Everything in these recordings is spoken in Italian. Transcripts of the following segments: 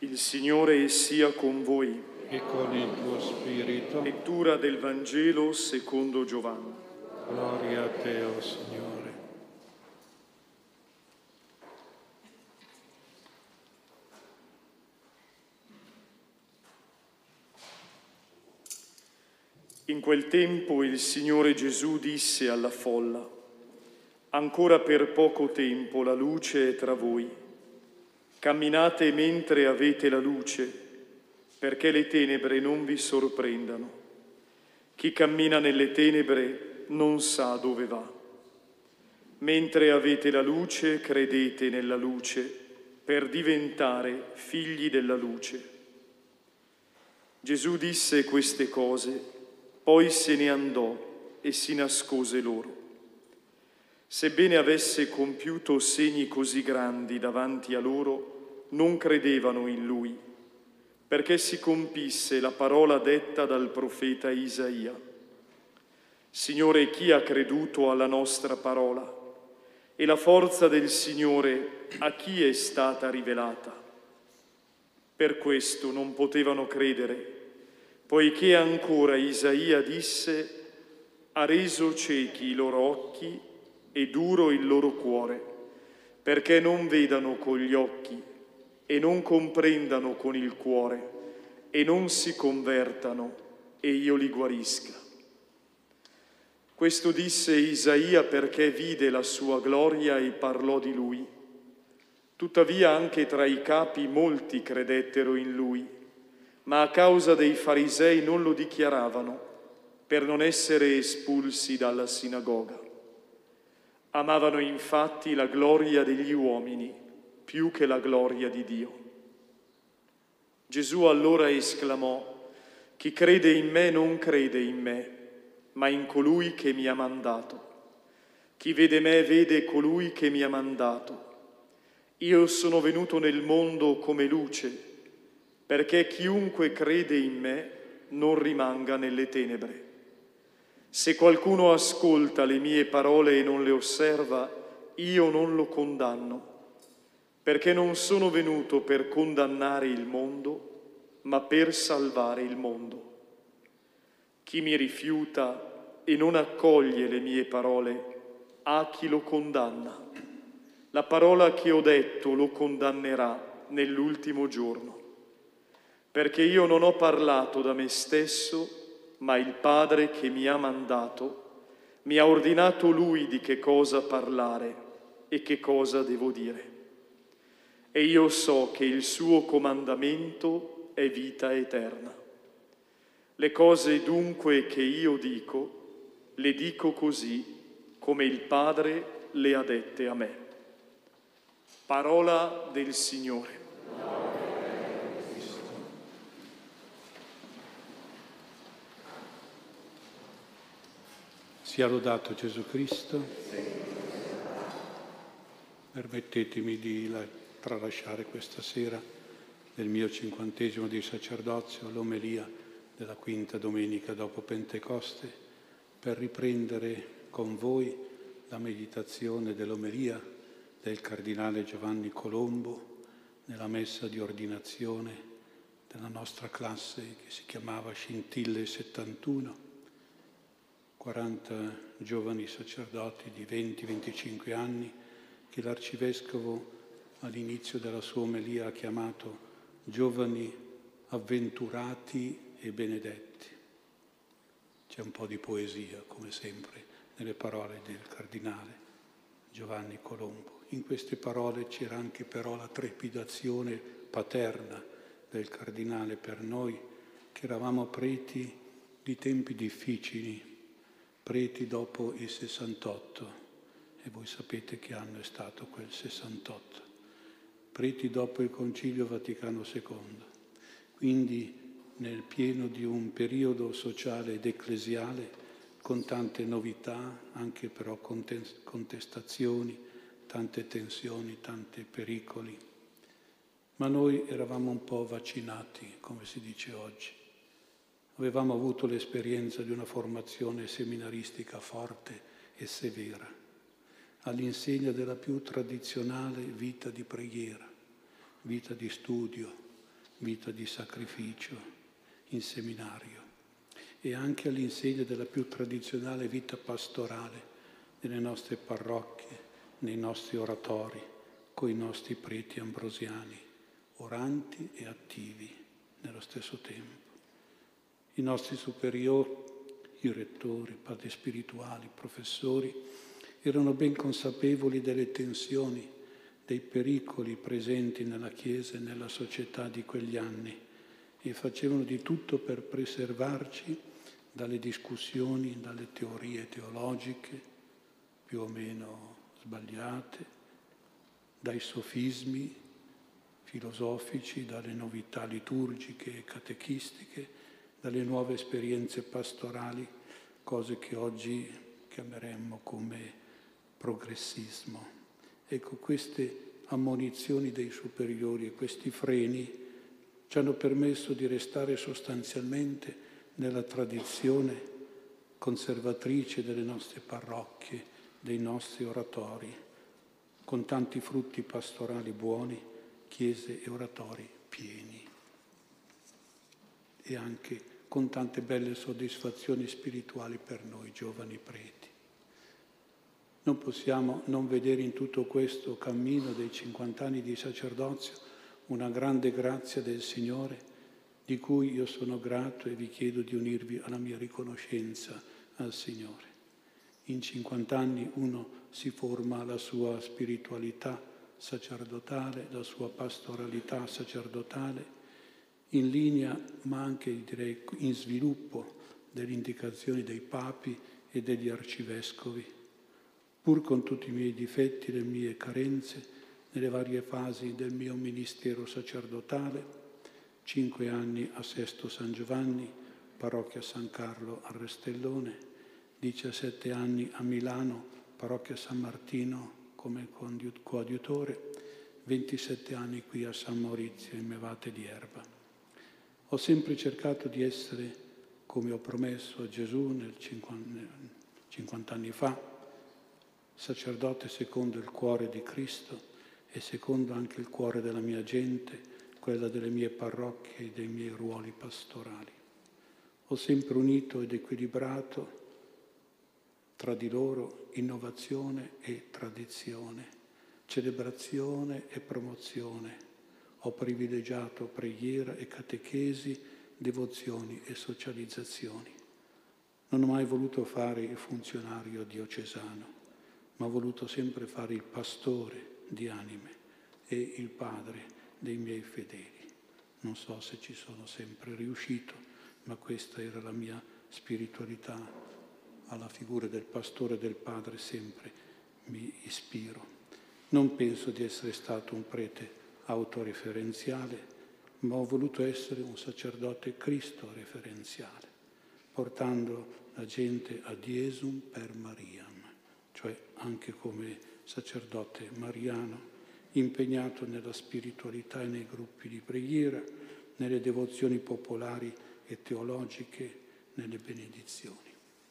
Il Signore sia con voi. E con il tuo spirito. Lettura del Vangelo secondo Giovanni. Gloria a te, o Signore. In quel tempo il Signore Gesù disse alla folla: «Ancora per poco tempo la luce è tra voi. Camminate mentre avete la luce, perché le tenebre non vi sorprendano. Chi cammina nelle tenebre non sa dove va. Mentre avete la luce, credete nella luce, per diventare figli della luce». Gesù disse queste cose, poi se ne andò e si nascose loro. Sebbene avesse compiuto segni così grandi davanti a loro, non credevano in lui, perché si compisse la parola detta dal profeta Isaia: «Signore, chi ha creduto alla nostra parola? E la forza del Signore a chi è stata rivelata?» Per questo non potevano credere, poiché ancora Isaia disse: «Ha reso ciechi i loro occhi e duro il loro cuore, perché non vedano con gli occhi e non comprendano con il cuore e non si convertano e io li guarisca». Questo disse Isaia perché vide la sua gloria e parlò di lui. Tuttavia anche tra i capi molti credettero in lui, ma a causa dei farisei non lo dichiaravano, per non essere espulsi dalla sinagoga. Amavano infatti la gloria degli uomini più che la gloria di Dio. Gesù allora esclamò: «Chi crede in me non crede in me, ma in colui che mi ha mandato. Chi vede me vede colui che mi ha mandato. Io sono venuto nel mondo come luce, perché chiunque crede in me non rimanga nelle tenebre. Se qualcuno ascolta le mie parole e non le osserva, io non lo condanno, perché non sono venuto per condannare il mondo, ma per salvare il mondo. Chi mi rifiuta e non accoglie le mie parole, ha chi lo condanna. La parola che ho detto lo condannerà nell'ultimo giorno, perché io non ho parlato da me stesso, ma il Padre che mi ha mandato mi ha ordinato Lui di che cosa parlare e che cosa devo dire. E io so che il suo comandamento è vita eterna. Le cose dunque che io dico, le dico così come il Padre le ha dette a me». Parola del Signore. Sia lodato Gesù Cristo. Permettetemi di tralasciare questa sera, nel mio 50° di sacerdozio, l'omelia della quinta domenica dopo Pentecoste, per riprendere con voi la meditazione dell'omelia del Cardinale Giovanni Colombo nella messa di ordinazione della nostra classe che si chiamava Scintille 71. 40 giovani sacerdoti di 20-25 anni che l'Arcivescovo all'inizio della sua omelia ha chiamato giovani avventurati e benedetti. C'è un po' di poesia, come sempre, nelle parole del Cardinale Giovanni Colombo. In queste parole c'era anche però la trepidazione paterna del Cardinale per noi, che eravamo preti di tempi difficili, preti dopo il 68, e voi sapete che anno è stato quel 68, preti dopo il Concilio Vaticano II, quindi nel pieno di un periodo sociale ed ecclesiale con tante novità, anche però contestazioni, tante tensioni, tanti pericoli. Ma noi eravamo un po' vaccinati, come si dice oggi. Avevamo avuto l'esperienza di una formazione seminaristica forte e severa, all'insegna della più tradizionale vita di preghiera, vita di studio, vita di sacrificio in seminario e anche all'insegna della più tradizionale vita pastorale nelle nostre parrocchie, nei nostri oratori, con i nostri preti ambrosiani, oranti e attivi nello stesso tempo. I nostri superiori, i rettori, padri spirituali, professori, erano ben consapevoli delle tensioni, dei pericoli presenti nella Chiesa e nella società di quegli anni e facevano di tutto per preservarci dalle discussioni, dalle teorie teologiche più o meno sbagliate, dai sofismi filosofici, dalle novità liturgiche e catechistiche, dalle nuove esperienze pastorali, cose che oggi chiameremmo come progressismo. Ecco, queste ammonizioni dei superiori e questi freni ci hanno permesso di restare sostanzialmente nella tradizione conservatrice delle nostre parrocchie, dei nostri oratori, con tanti frutti pastorali buoni, chiese e oratori pieni e anche con tante belle soddisfazioni spirituali per noi giovani preti. Non possiamo non vedere in tutto questo cammino dei 50 anni di sacerdozio una grande grazia del Signore, di cui io sono grato e vi chiedo di unirvi alla mia riconoscenza al Signore. In 50 anni uno si forma la sua spiritualità sacerdotale, la sua pastoralità sacerdotale, in linea ma anche direi in sviluppo delle indicazioni dei papi e degli arcivescovi, pur con tutti i miei difetti e le mie carenze nelle varie fasi del mio ministero sacerdotale, 5 anni a Sesto San Giovanni, parrocchia San Carlo a Restellone, 17 anni a Milano, parrocchia San Martino come coadiutore, 27 anni qui a San Maurizio in Mevate di Erba. Ho sempre cercato di essere, come ho promesso a Gesù 50 anni fa, sacerdote secondo il cuore di Cristo e secondo anche il cuore della mia gente, quella delle mie parrocchie e dei miei ruoli pastorali. Ho sempre unito ed equilibrato tra di loro innovazione e tradizione, celebrazione e promozione. Ho privilegiato preghiera e catechesi, devozioni e socializzazioni. Non ho mai voluto fare il funzionario diocesano, ma ho voluto sempre fare il pastore di anime e il padre dei miei fedeli. Non so se ci sono sempre riuscito, ma questa era la mia spiritualità. Alla figura del pastore e del padre sempre mi ispiro. Non penso di essere stato un prete autoreferenziale, ma ho voluto essere un sacerdote cristo-referenziale, portando la gente ad Iesum per Mariam, cioè anche come sacerdote mariano, impegnato nella spiritualità e nei gruppi di preghiera, nelle devozioni popolari e teologiche, nelle benedizioni.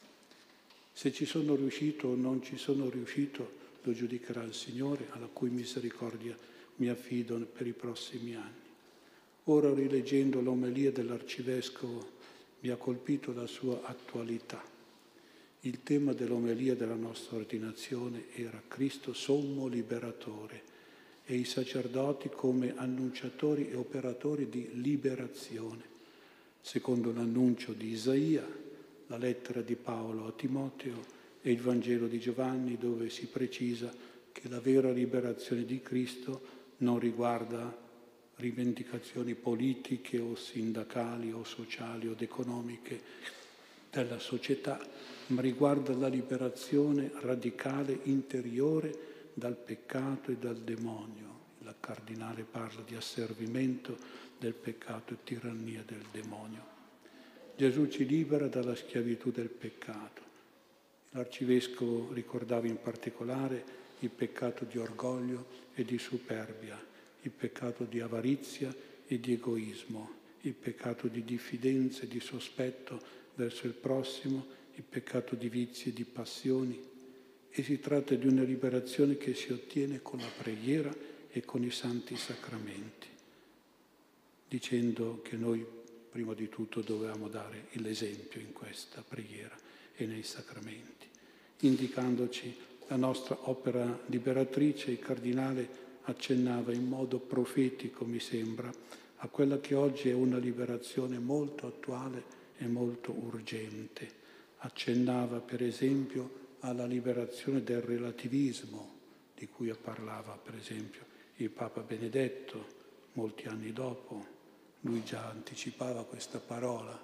Se ci sono riuscito o non ci sono riuscito, lo giudicherà il Signore, alla cui misericordia mi affido per i prossimi anni. Ora, rileggendo l'omelia dell'Arcivescovo, mi ha colpito la sua attualità. Il tema dell'omelia della nostra ordinazione era Cristo sommo liberatore e i sacerdoti come annunciatori e operatori di liberazione, secondo l'annuncio di Isaia, la lettera di Paolo a Timoteo e il Vangelo di Giovanni, dove si precisa che la vera liberazione di Cristo non riguarda rivendicazioni politiche o sindacali o sociali o economiche della società, ma riguarda la liberazione radicale interiore dal peccato e dal demonio. La cardinale parla di asservimento del peccato e tirannia del demonio. Gesù ci libera dalla schiavitù del peccato. L'arcivescovo ricordava in particolare il peccato di orgoglio e di superbia, il peccato di avarizia e di egoismo, il peccato di diffidenza e di sospetto verso il prossimo, il peccato di vizi e di passioni. E si tratta di una liberazione che si ottiene con la preghiera e con i santi sacramenti. dicendo che noi prima di tutto dovevamo dare l'esempio in questa preghiera e nei sacramenti, indicandoci la nostra opera liberatrice. Il Cardinale accennava in modo profetico, mi sembra, a quella che oggi è una liberazione molto attuale e molto urgente. Accennava, per esempio, alla liberazione del relativismo, di cui parlava, per esempio, il Papa Benedetto molti anni dopo. Lui già anticipava questa parola.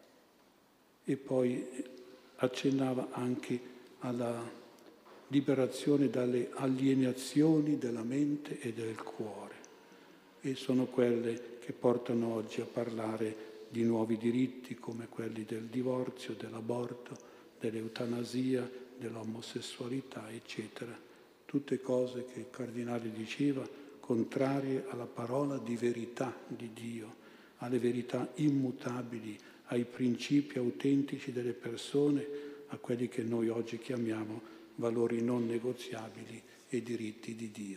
E poi accennava anche alla liberazione dalle alienazioni della mente e del cuore. E sono quelle che portano oggi a parlare di nuovi diritti come quelli del divorzio, dell'aborto, dell'eutanasia, dell'omosessualità, eccetera. Tutte cose che il Cardinale diceva contrarie alla parola di verità di Dio, alle verità immutabili, ai principi autentici delle persone, a quelli che noi oggi chiamiamo valori non negoziabili e diritti di Dio.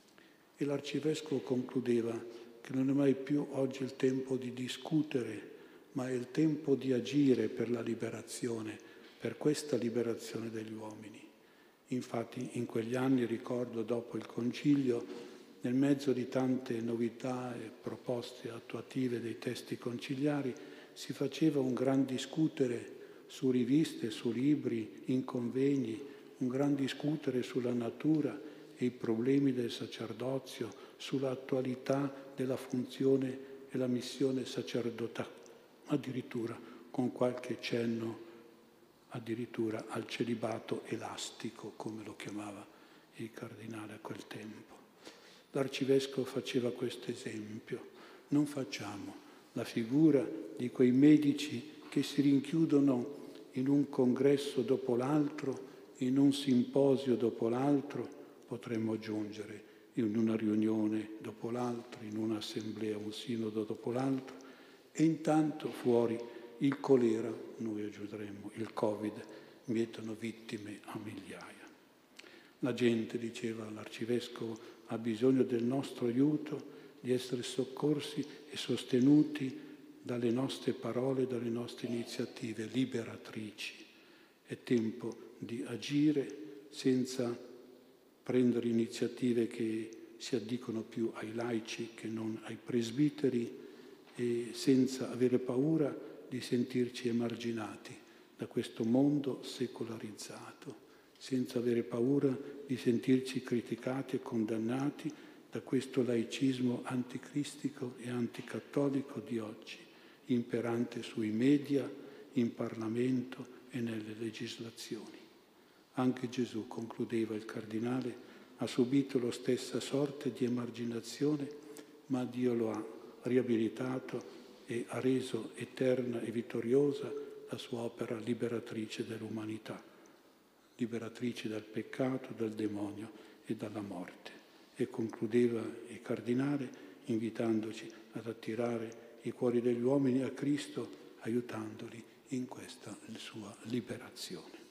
E l'Arcivescovo concludeva che non è mai più oggi il tempo di discutere, ma è il tempo di agire per la liberazione, per questa liberazione degli uomini. Infatti in quegli anni, ricordo, dopo il Concilio, nel mezzo di tante novità e proposte attuative dei testi conciliari, si faceva un gran discutere su riviste, su libri, in convegni, un gran discutere sulla natura e i problemi del sacerdozio, sull'attualità della funzione e la missione sacerdotale, addirittura con qualche cenno addirittura al celibato elastico, come lo chiamava il Cardinale a quel tempo. L'Arcivescovo faceva questo esempio: non facciamo la figura di quei medici che si rinchiudono in un congresso dopo l'altro, in un simposio dopo l'altro, potremmo aggiungere in una riunione dopo l'altra, in un'assemblea, un sinodo dopo l'altro, e intanto fuori il colera, noi aggiungeremmo il Covid, mietono vittime a migliaia. La gente, diceva l'Arcivescovo, ha bisogno del nostro aiuto, di essere soccorsi e sostenuti dalle nostre parole, dalle nostre iniziative liberatrici. È tempo di agire senza prendere iniziative che si addicono più ai laici che non ai presbiteri, e senza avere paura di sentirci emarginati da questo mondo secolarizzato, senza avere paura di sentirci criticati e condannati da questo laicismo anticristico e anticattolico di oggi, imperante sui media, in Parlamento e nelle legislazioni. Anche Gesù, concludeva il Cardinale, ha subito la stessa sorte di emarginazione, ma Dio lo ha riabilitato e ha reso eterna e vittoriosa la sua opera liberatrice dell'umanità, liberatrice dal peccato, dal demonio e dalla morte. E concludeva il Cardinale invitandoci ad attirare i cuori degli uomini a Cristo, aiutandoli in questa sua liberazione.